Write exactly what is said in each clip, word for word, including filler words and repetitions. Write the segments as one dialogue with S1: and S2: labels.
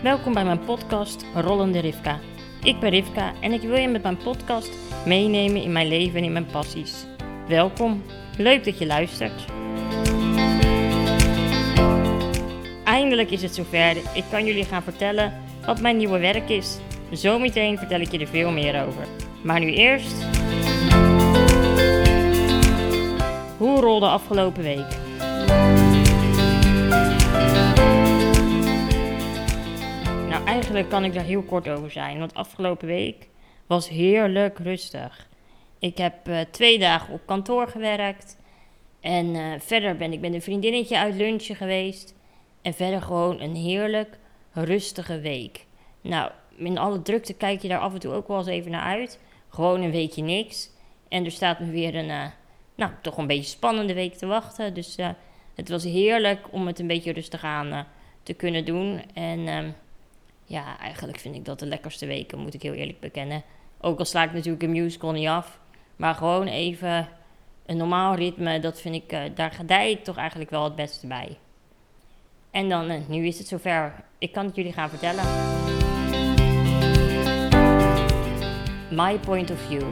S1: Welkom bij mijn podcast Rollende Rivka. Ik ben Rivka en ik wil je met mijn podcast meenemen in mijn leven en in mijn passies. Welkom, leuk dat je luistert. Eindelijk is het zover. Ik kan jullie gaan vertellen wat mijn nieuwe werk is. Zometeen vertel ik je er veel meer over. Maar nu eerst... Hoe rolde afgelopen week? Nou, eigenlijk kan ik daar heel kort over zijn, want afgelopen week was heerlijk rustig. Ik heb uh, twee dagen op kantoor gewerkt en uh, verder ben ik met een vriendinnetje uit lunchen geweest. En verder gewoon een heerlijk rustige week. Nou, in alle drukte kijk je daar af en toe ook wel eens even naar uit. Gewoon een weekje niks. En er staat me weer een, uh, nou, toch een beetje spannende week te wachten. Dus uh, het was heerlijk om het een beetje rustig aan uh, te kunnen doen. En uh, ja, eigenlijk vind ik dat de lekkerste weken, moet ik heel eerlijk bekennen. Ook al sla ik natuurlijk een musical niet af. Maar gewoon even een normaal ritme, dat vind ik, uh, daar gedij ik toch eigenlijk wel het beste bij. En dan, uh, nu is het zover. Ik kan het jullie gaan vertellen. My point of view.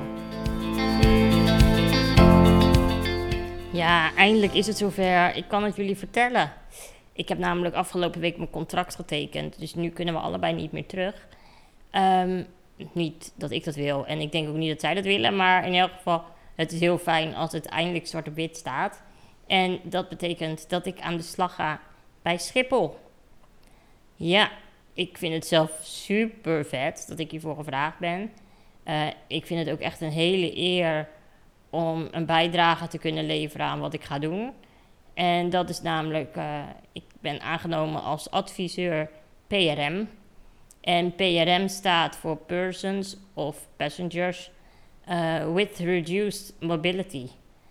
S1: Ja, eindelijk is het zover. Ik kan het jullie vertellen. Ik heb namelijk afgelopen week mijn contract getekend. Dus nu kunnen we allebei niet meer terug. Um, niet dat ik dat wil. En ik denk ook niet dat zij dat willen. Maar in elk geval, het is heel fijn als het eindelijk zwart op wit staat. En dat betekent dat ik aan de slag ga bij Schiphol. Ja, ik vind het zelf super vet dat ik hiervoor gevraagd ben. Uh, ik vind het ook echt een hele eer om een bijdrage te kunnen leveren aan wat ik ga doen. En dat is namelijk, uh, ik ben aangenomen als adviseur P R M. En P R M staat voor Persons of Passengers uh, with Reduced Mobility.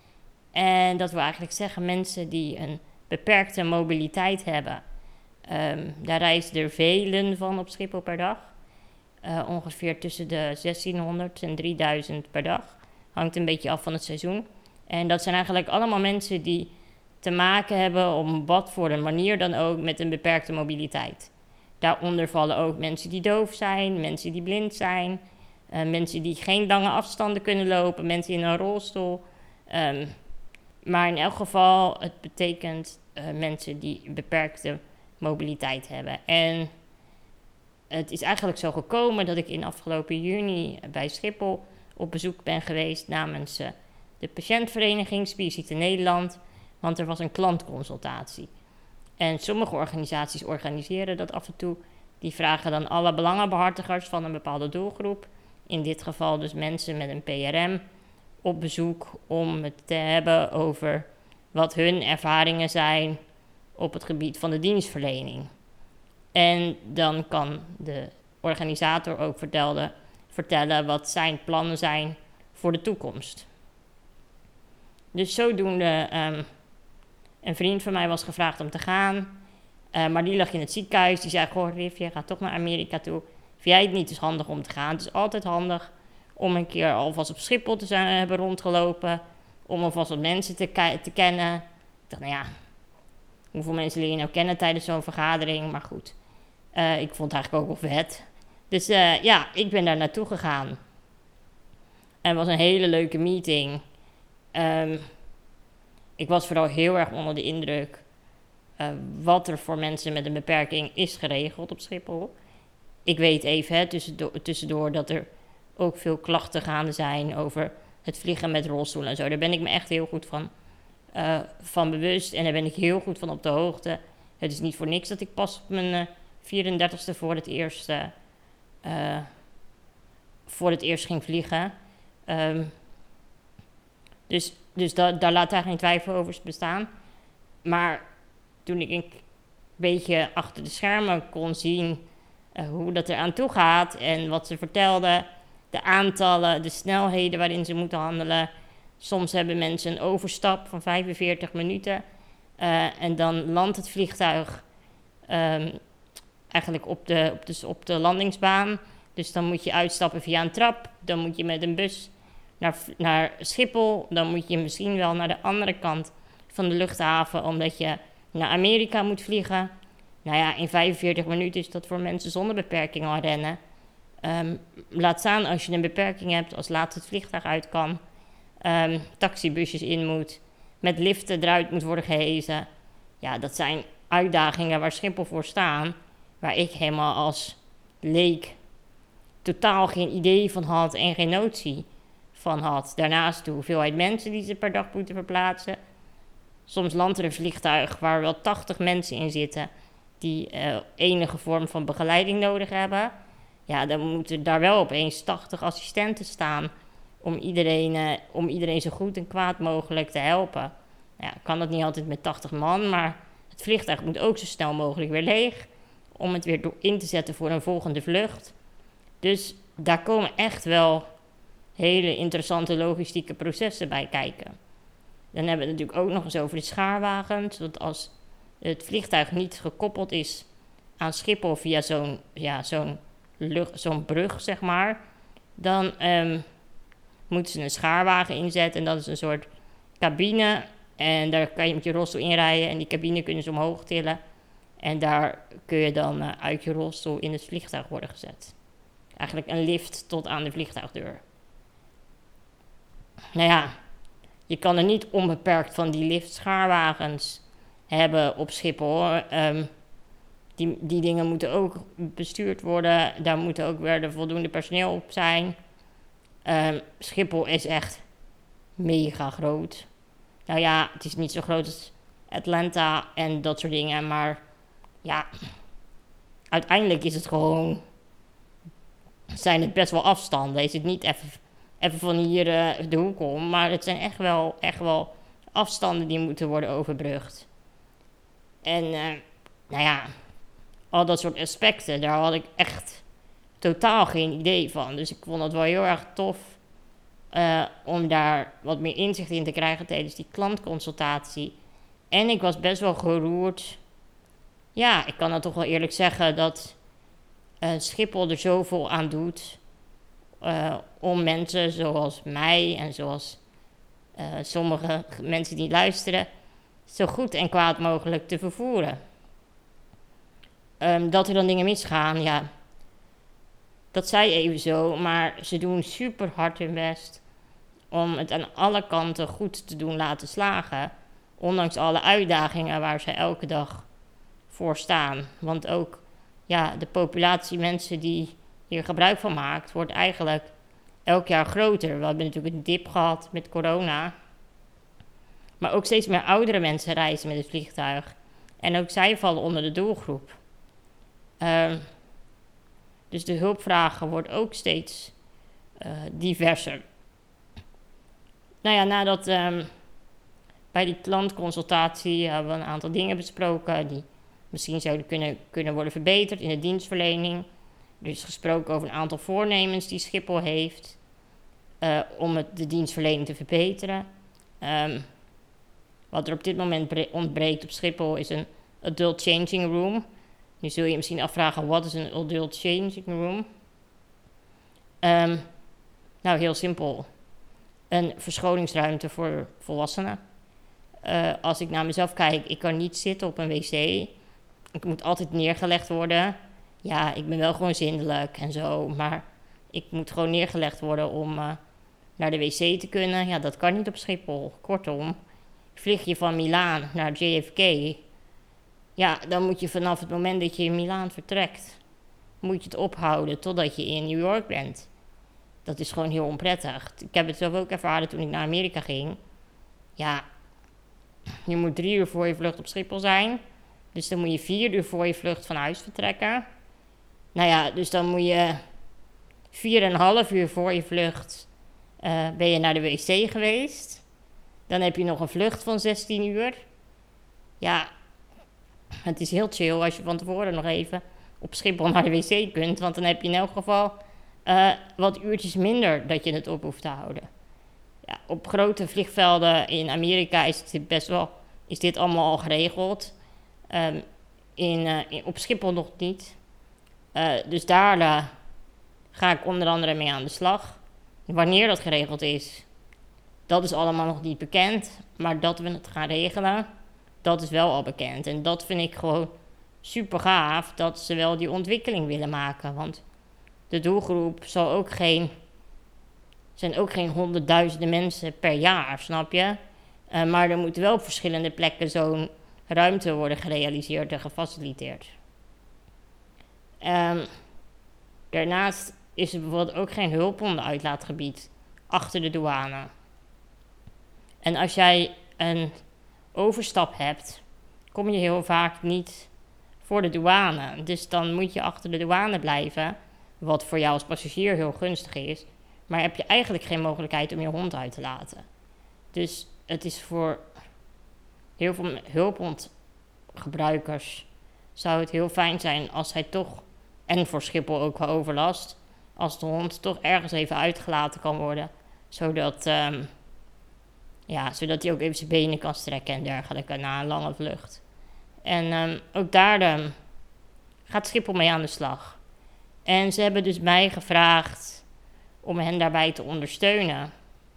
S1: En dat wil eigenlijk zeggen mensen die een beperkte mobiliteit hebben. Um, daar reizen er velen van op Schiphol per dag. Uh, ongeveer tussen de zestienhonderd en drieduizend per dag. Hangt een beetje af van het seizoen. En dat zijn eigenlijk allemaal mensen die te maken hebben op wat voor een manier dan ook met een beperkte mobiliteit. Daaronder vallen ook mensen die doof zijn, mensen die blind zijn, uh, mensen die geen lange afstanden kunnen lopen, mensen in een rolstoel. Um, maar in elk geval, het betekent uh, mensen die beperkte mobiliteit hebben. En het is eigenlijk zo gekomen dat ik in afgelopen juni bij Schiphol op bezoek ben geweest namens uh, de patiëntvereniging Spierziekte Nederland, want er was een klantconsultatie. En sommige organisaties organiseren dat af en toe. Die vragen dan alle belangenbehartigers van een bepaalde doelgroep, in dit geval dus mensen met een P R M, op bezoek om het te hebben over wat hun ervaringen zijn op het gebied van de dienstverlening. En dan kan de organisator ook vertellen, vertellen wat zijn plannen zijn voor de toekomst. Dus zodoende, um, een vriend van mij was gevraagd om te gaan, uh, maar die lag in het ziekenhuis. Die zei, goh Riv, jij gaat toch naar Amerika toe. Vind jij het niet eens handig om te gaan? Het is altijd handig om een keer alvast op Schiphol te zijn, hebben rondgelopen, om alvast wat mensen te, ke- te kennen. Ik dacht, nou ja, hoeveel mensen leer je nou kennen tijdens zo'n vergadering? Maar goed, uh, ik vond het eigenlijk ook wel vet. Dus uh, ja, ik ben daar naartoe gegaan. En het was een hele leuke meeting. Um, ik was vooral heel erg onder de indruk uh, wat er voor mensen met een beperking is geregeld op Schiphol. Ik weet even hè, tussendoor, tussendoor dat er ook veel klachten gaande zijn over het vliegen met rolstoelen en zo. Daar ben ik me echt heel goed van, uh, van bewust en daar ben ik heel goed van op de hoogte. Het is niet voor niks dat ik pas op mijn uh, vierendertigste voor het eerst, uh, uh, voor het eerst ging vliegen. Um, dus dus da- daar laat daar geen twijfel over bestaan. Maar toen ik een beetje achter de schermen kon zien uh, hoe dat er aan toe gaat en wat ze vertelden, de aantallen, de snelheden waarin ze moeten handelen. Soms hebben mensen een overstap van vijfenveertig minuten uh, en dan landt het vliegtuig um, eigenlijk op de, op, de, op de landingsbaan. Dus dan moet je uitstappen via een trap, dan moet je met een bus naar, naar Schiphol, dan moet je misschien wel naar de andere kant van de luchthaven, omdat je naar Amerika moet vliegen. Nou ja, in vijfenveertig minuten is dat voor mensen zonder beperking al rennen. Um, laat staan als je een beperking hebt, als laat het vliegtuig uit kan. Um, taxibusjes in moet. Met liften eruit moet worden gehezen. Ja, dat zijn uitdagingen waar Schiphol voor staan. Waar ik helemaal als leek totaal geen idee van had en geen notie van had. Daarnaast de hoeveelheid mensen die ze per dag moeten verplaatsen. Soms landt er een vliegtuig waar wel tachtig mensen in zitten die uh, enige vorm van begeleiding nodig hebben. Ja, dan moeten daar wel opeens tachtig assistenten staan om iedereen, uh, om iedereen zo goed en kwaad mogelijk te helpen. Ja, kan dat niet altijd met tachtig man, maar het vliegtuig moet ook zo snel mogelijk weer leeg om het weer in te zetten voor een volgende vlucht. Dus daar komen echt wel hele interessante logistieke processen bij kijken. Dan hebben we het natuurlijk ook nog eens over de schaarwagens. Want als het vliegtuig niet gekoppeld is aan Schiphol via zo'n, ja, zo'n, lucht, zo'n brug, zeg maar, dan um, moeten ze een schaarwagen inzetten. En dat is een soort cabine. En daar kan je met je rolstoel inrijden. En die cabine kunnen ze omhoog tillen. En daar kun je dan uh, uit je rolstoel in het vliegtuig worden gezet. Eigenlijk een lift tot aan de vliegtuigdeur. Nou ja, je kan er niet onbeperkt van die lift-schaarwagens hebben op Schiphol. Um, die, die dingen moeten ook bestuurd worden. Daar moet ook weer de voldoende personeel op zijn. Um, Schiphol is echt mega groot. Nou ja, het is niet zo groot als Atlanta en dat soort dingen. Maar ja, uiteindelijk is het gewoon, zijn het best wel afstanden. Is het niet even, even van hier uh, de hoek om. Maar het zijn echt wel, echt wel afstanden die moeten worden overbrugd. En uh, nou ja, al dat soort aspecten, daar had ik echt totaal geen idee van. Dus ik vond het wel heel erg tof uh, om daar wat meer inzicht in te krijgen tijdens die klantconsultatie. En ik was best wel geroerd. Ja, ik kan dat toch wel eerlijk zeggen dat uh, Schiphol er zoveel aan doet uh, om mensen zoals mij en zoals uh, sommige mensen die luisteren zo goed en kwaad mogelijk te vervoeren. Um, dat er dan dingen misgaan, ja, dat zij even zo, maar ze doen super hard hun best om het aan alle kanten goed te doen laten slagen, ondanks alle uitdagingen waar ze elke dag voor staan. Want ook ja, de populatie mensen die hier gebruik van maakt, wordt eigenlijk elk jaar groter. We hebben natuurlijk een dip gehad met corona, maar ook steeds meer oudere mensen reizen met het vliegtuig. En ook zij vallen onder de doelgroep. Uh, dus de hulpvragen wordt ook steeds uh, diverser. Nou ja, nadat um, bij die klantconsultatie hebben we een aantal dingen besproken die misschien zouden kunnen, kunnen worden verbeterd in de dienstverlening. Er is gesproken over een aantal voornemens die Schiphol heeft uh, om het, de dienstverlening te verbeteren. Um, wat er op dit moment bre- ontbreekt op Schiphol is een adult changing room. Nu zul je je misschien afvragen, wat is een adult changing room? Um, nou, heel simpel. Een verschoningsruimte voor volwassenen. Uh, als ik naar mezelf kijk, ik kan niet zitten op een wc. Ik moet altijd neergelegd worden. Ja, ik ben wel gewoon zindelijk en zo, maar ik moet gewoon neergelegd worden om uh, naar de wc te kunnen. Ja, dat kan niet op Schiphol. Kortom, vlieg je van Milaan naar J F K, ja, dan moet je vanaf het moment dat je in Milaan vertrekt, moet je het ophouden totdat je in New York bent. Dat is gewoon heel onprettig. Ik heb het zelf ook ervaren toen ik naar Amerika ging. Ja, je moet drie uur voor je vlucht op Schiphol zijn. Dus dan moet je vier uur voor je vlucht van huis vertrekken. Nou ja, dus dan moet je vier en een half uur voor je vlucht uh, ben je naar de wc geweest. Dan heb je nog een vlucht van zestien uur. Ja, het is heel chill als je van tevoren nog even op Schiphol naar de wc kunt. Want dan heb je in elk geval uh, wat uurtjes minder dat je het op hoeft te houden. Ja, op grote vliegvelden in Amerika is dit best wel, is dit allemaal al geregeld. Um, in, uh, in, op Schiphol nog niet. Uh, dus daar uh, ga ik onder andere mee aan de slag. Wanneer dat geregeld is, dat is allemaal nog niet bekend. Maar dat we het gaan regelen, dat is wel al bekend. En dat vind ik gewoon super gaaf dat ze wel die ontwikkeling willen maken. Want de doelgroep zal ook geen, zijn ook geen honderdduizenden mensen per jaar, snap je? Uh, maar er moet wel op verschillende plekken zo'n ruimte worden gerealiseerd en gefaciliteerd. Um, daarnaast is er bijvoorbeeld ook geen hulphondenuitlaatgebied achter de douane. En als jij een overstap hebt, kom je heel vaak niet voor de douane. Dus dan moet je achter de douane blijven, wat voor jou als passagier heel gunstig is. Maar heb je eigenlijk geen mogelijkheid om je hond uit te laten. Dus het is voor heel veel hulphondgebruikers zou het heel fijn zijn als hij toch, en voor Schiphol ook wel overlast, als de hond toch ergens even uitgelaten kan worden. Zodat, um, ja, zodat hij ook even zijn benen kan strekken en dergelijke na een lange vlucht. En um, ook daar um, gaat Schiphol mee aan de slag. En ze hebben dus mij gevraagd om hen daarbij te ondersteunen.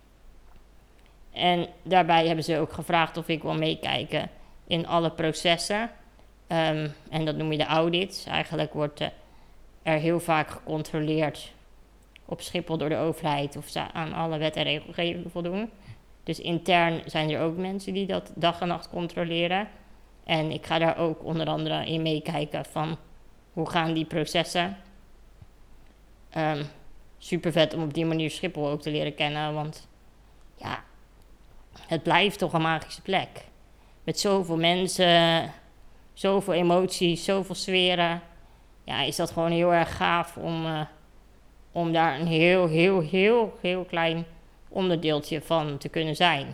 S1: En daarbij hebben ze ook gevraagd of ik wil meekijken in alle processen. Um, en dat noem je de audits. Eigenlijk wordt uh, er heel vaak gecontroleerd op Schiphol door de overheid of ze aan alle wet en regelgeving voldoen. Dus intern zijn er ook mensen die dat dag en nacht controleren. En ik ga daar ook onder andere in meekijken van hoe gaan die processen. Um, super vet om op die manier Schiphol ook te leren kennen, want ja, het blijft toch een magische plek. Met zoveel mensen, zoveel emoties, zoveel sferen. Ja, is dat gewoon heel erg gaaf om, uh, om daar een heel, heel, heel, heel klein onderdeeltje van te kunnen zijn.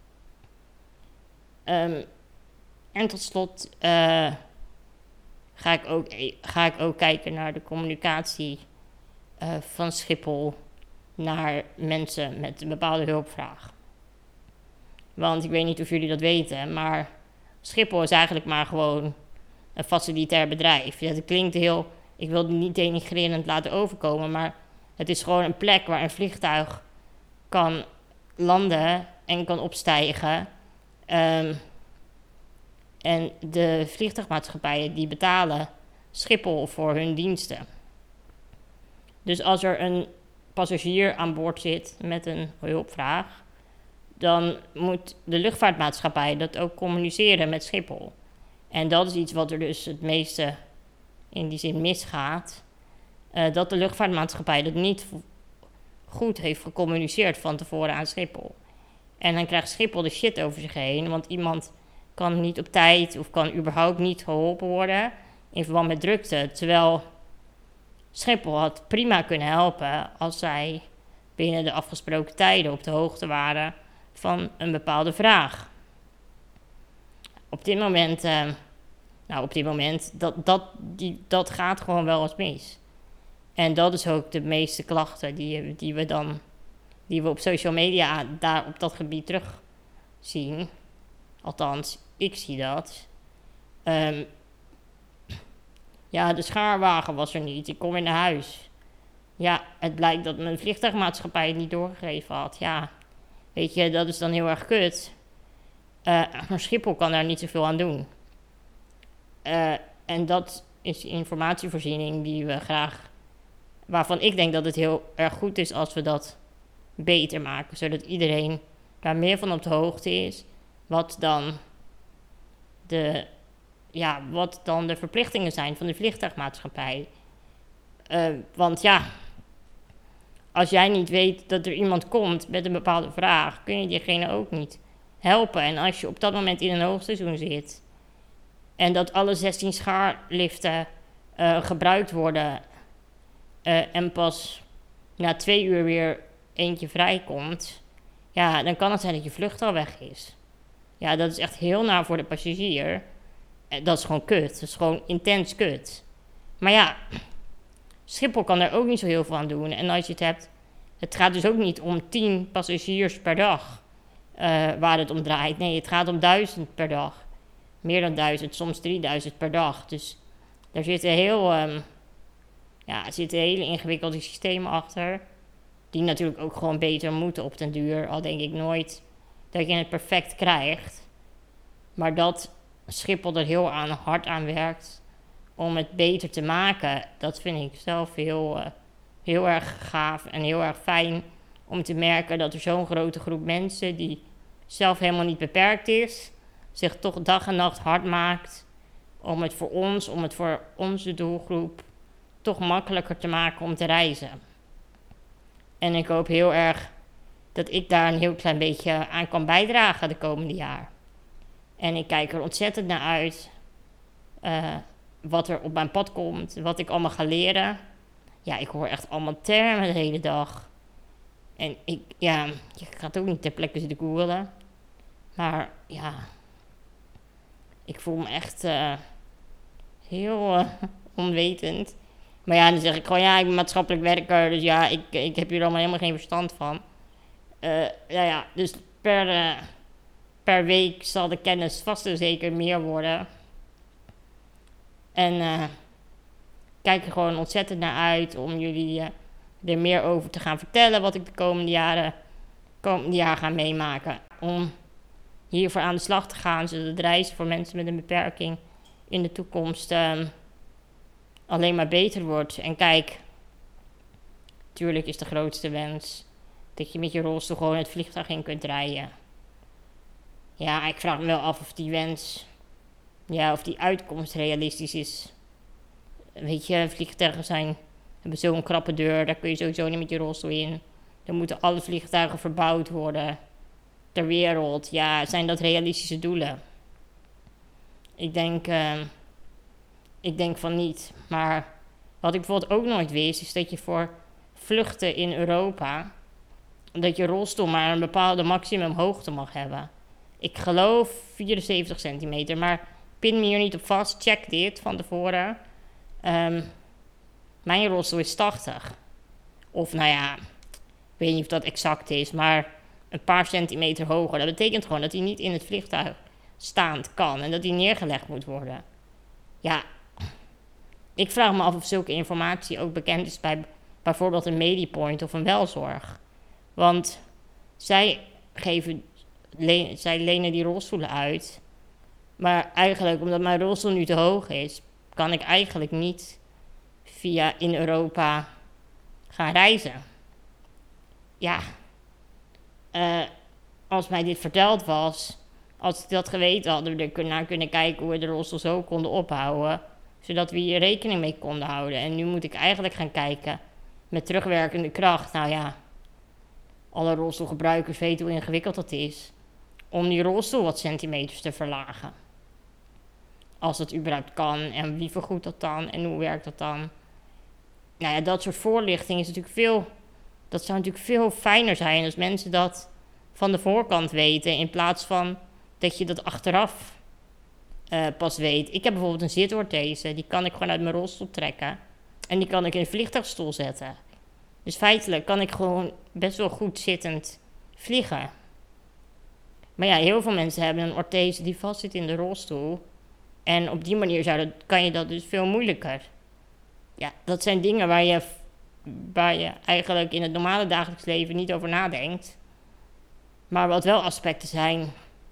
S1: Um, en tot slot uh, ga, ik ook, ga ik ook kijken naar de communicatie uh, van Schiphol naar mensen met een bepaalde hulpvraag. Want ik weet niet of jullie dat weten, maar Schiphol is eigenlijk maar gewoon een facilitair bedrijf. Ja, dat klinkt heel, ik wil het niet denigrerend laten overkomen, maar het is gewoon een plek waar een vliegtuig kan landen en kan opstijgen. Um, en de vliegtuigmaatschappijen die betalen Schiphol voor hun diensten. Dus als er een passagier aan boord zit met een hulpvraag, dan moet de luchtvaartmaatschappij dat ook communiceren met Schiphol. En dat is iets wat er dus het meeste in die zin misgaat. Uh, dat de luchtvaartmaatschappij dat niet goed heeft gecommuniceerd van tevoren aan Schiphol. En dan krijgt Schiphol de shit over zich heen, want iemand kan niet op tijd of kan überhaupt niet geholpen worden in verband met drukte. Terwijl Schiphol had prima kunnen helpen als zij binnen de afgesproken tijden op de hoogte waren van een bepaalde vraag. Op dit moment, uh, nou op dit moment, dat, dat, die, dat gaat gewoon wel eens mis. En dat is ook de meeste klachten die, die we dan, die we op social media daar op dat gebied terug zien. Althans, ik zie dat. Um, ja, de schaarwagen was er niet. Ik kom weer naar huis. Ja, het blijkt dat mijn vliegtuigmaatschappij het niet doorgegeven had. Ja, weet je, dat is dan heel erg kut. Uh, maar Schiphol kan daar niet zoveel aan doen. Uh, en dat is de informatievoorziening die we graag, waarvan ik denk dat het heel erg goed is als we dat beter maken. Zodat iedereen daar meer van op de hoogte is. Wat dan de, ja, wat dan de verplichtingen zijn van de vliegtuigmaatschappij. Uh, want ja, als jij niet weet dat er iemand komt met een bepaalde vraag, kun je diegene ook niet helpen. En als je op dat moment in een hoogseizoen zit en dat alle zestien schaarliften uh, gebruikt worden uh, en pas na twee uur weer eentje vrijkomt, ja, dan kan het zijn dat je vlucht al weg is. Ja, dat is echt heel naar voor de passagier. Dat is gewoon kut. Dat is gewoon intens kut. Maar ja, Schiphol kan er ook niet zo heel veel aan doen. En als je het hebt, het gaat dus ook niet om tien passagiers per dag uh, waar het om draait. Nee, het gaat om duizend per dag. Meer dan duizend, soms drieduizend per dag. Dus daar zitten heel, um, ja, er zitten hele ingewikkelde systemen achter. Die natuurlijk ook gewoon beter moeten op den duur. Al denk ik nooit dat je het perfect krijgt. Maar dat Schiphol er heel aan, hard aan werkt om het beter te maken. Dat vind ik zelf heel, uh, heel erg gaaf en heel erg fijn om te merken dat er zo'n grote groep mensen die zelf helemaal niet beperkt is, zich toch dag en nacht hard maakt om het voor ons, om het voor onze doelgroep toch makkelijker te maken om te reizen. En ik hoop heel erg dat ik daar een heel klein beetje aan kan bijdragen de komende jaar. En ik kijk er ontzettend naar uit uh, wat er op mijn pad komt, wat ik allemaal ga leren. Ja, ik hoor echt allemaal termen de hele dag. En ik, ja, je gaat ook niet ter plekke zitten googlen. Maar ja, ik voel me echt uh, heel uh, onwetend. Maar ja, dan zeg ik gewoon, ja, ik ben maatschappelijk werker. Dus ja, ik, ik heb hier allemaal helemaal geen verstand van. Uh, ja, ja, dus per, uh, per week zal de kennis vast en zeker meer worden. En uh, kijk er gewoon ontzettend naar uit om jullie uh, er meer over te gaan vertellen. Wat ik de komende jaren, komende jaar ga meemaken. Om hiervoor aan de slag te gaan, zodat het reizen voor mensen met een beperking in de toekomst um, alleen maar beter wordt. En kijk, tuurlijk is de grootste wens dat je met je rolstoel gewoon het vliegtuig in kunt rijden. Ja, ik vraag me wel af of die wens, ja, of die uitkomst realistisch is. Weet je, vliegtuigen zijn, hebben zo'n krappe deur, daar kun je sowieso niet met je rolstoel in. Dan moeten alle vliegtuigen verbouwd worden ter wereld. Ja, zijn dat realistische doelen? Ik denk, uh, ik denk van niet. Maar wat ik bijvoorbeeld ook nooit wist, is dat je voor vluchten in Europa, dat je rolstoel maar een bepaalde maximumhoogte mag hebben. Ik geloof vierenzeventig centimeter, maar pin me hier niet op vast. Check dit van tevoren. Um, mijn rolstoel is tachtig. Of nou ja, ik weet niet of dat exact is, maar een paar centimeter hoger. Dat betekent gewoon dat hij niet in het vliegtuig staand kan en dat hij neergelegd moet worden. Ja, ik vraag me af of zulke informatie ook bekend is bij bijvoorbeeld een Medipoint of een Welzorg. Want zij geven, le- zij lenen die rolstoelen uit. Maar eigenlijk, omdat mijn rolstoel nu te hoog is, kan ik eigenlijk niet via in Europa gaan reizen. Ja, uh, als mij dit verteld was, als ik dat geweten had, hadden we er naar kunnen kijken hoe we de rolstoel zo konden ophouden, zodat we hier rekening mee konden houden. En nu moet ik eigenlijk gaan kijken met terugwerkende kracht. Nou ja, alle rolstoelgebruikers weten hoe ingewikkeld dat is om die rolstoel wat centimeters te verlagen. Als dat überhaupt kan en wie vergoedt dat dan en hoe werkt dat dan? Nou ja, dat soort voorlichting is natuurlijk veel, dat zou natuurlijk veel fijner zijn als mensen dat van de voorkant weten in plaats van dat je dat achteraf uh, pas weet. Ik heb bijvoorbeeld een zitorthese, die kan ik gewoon uit mijn rolstoel trekken en die kan ik in een vliegtuigstoel zetten. Dus feitelijk kan ik gewoon best wel goed zittend vliegen. Maar ja, heel veel mensen hebben een orthese die vastzit in de rolstoel. En op die manier zou dat, kan je dat dus veel moeilijker. Ja, dat zijn dingen waar je, waar je eigenlijk in het normale dagelijks leven niet over nadenkt. Maar wat wel aspecten zijn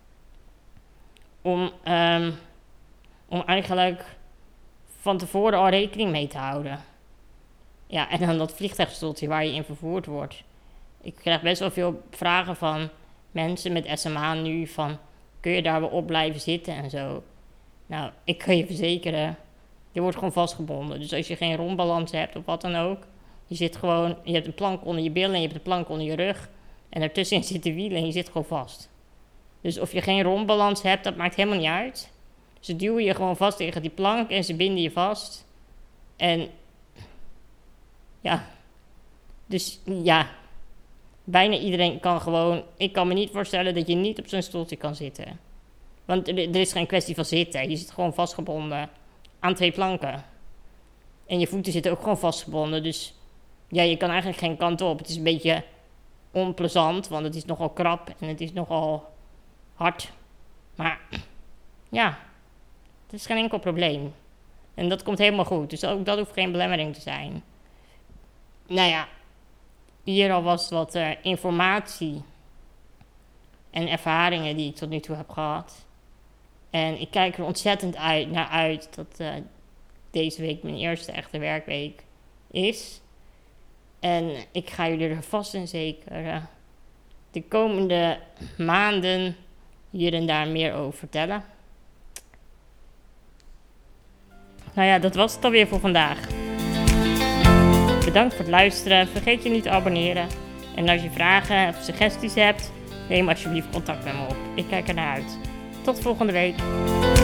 S1: om, um, om eigenlijk van tevoren al rekening mee te houden. Ja, en dan dat vliegtuigstoeltje waar je in vervoerd wordt. Ik krijg best wel veel vragen van mensen met S M A nu van, kun je daar wel op blijven zitten en zo. Nou, ik kan je verzekeren, je wordt gewoon vastgebonden. Dus als je geen rondbalans hebt of wat dan ook, je zit gewoon, je hebt een plank onder je billen en je hebt een plank onder je rug. En daartussenin zitten wielen en je zit gewoon vast. Dus of je geen rondbalans hebt, dat maakt helemaal niet uit. Ze duwen je gewoon vast tegen die plank en ze binden je vast. En ja, dus ja, bijna iedereen kan gewoon, ik kan me niet voorstellen dat je niet op zo'n stoeltje kan zitten. Want er, er is geen kwestie van zitten, je zit gewoon vastgebonden aan twee planken. En je voeten zitten ook gewoon vastgebonden, dus ja, je kan eigenlijk geen kant op. Het is een beetje onplezant, want het is nogal krap en het is nogal hard. Maar ja, het is geen enkel probleem. En dat komt helemaal goed, dus ook dat hoeft geen belemmering te zijn. Nou ja, hier al was wat uh, informatie en ervaringen die ik tot nu toe heb gehad. En ik kijk er ontzettend uit, naar uit dat uh, deze week mijn eerste echte werkweek is. En ik ga jullie er vast en zeker uh, de komende maanden hier en daar meer over vertellen. Nou ja, dat was het alweer voor vandaag. Bedankt voor het luisteren. Vergeet je niet te abonneren. En als je vragen of suggesties hebt, neem alsjeblieft contact met me op. Ik kijk er naar uit. Tot volgende week.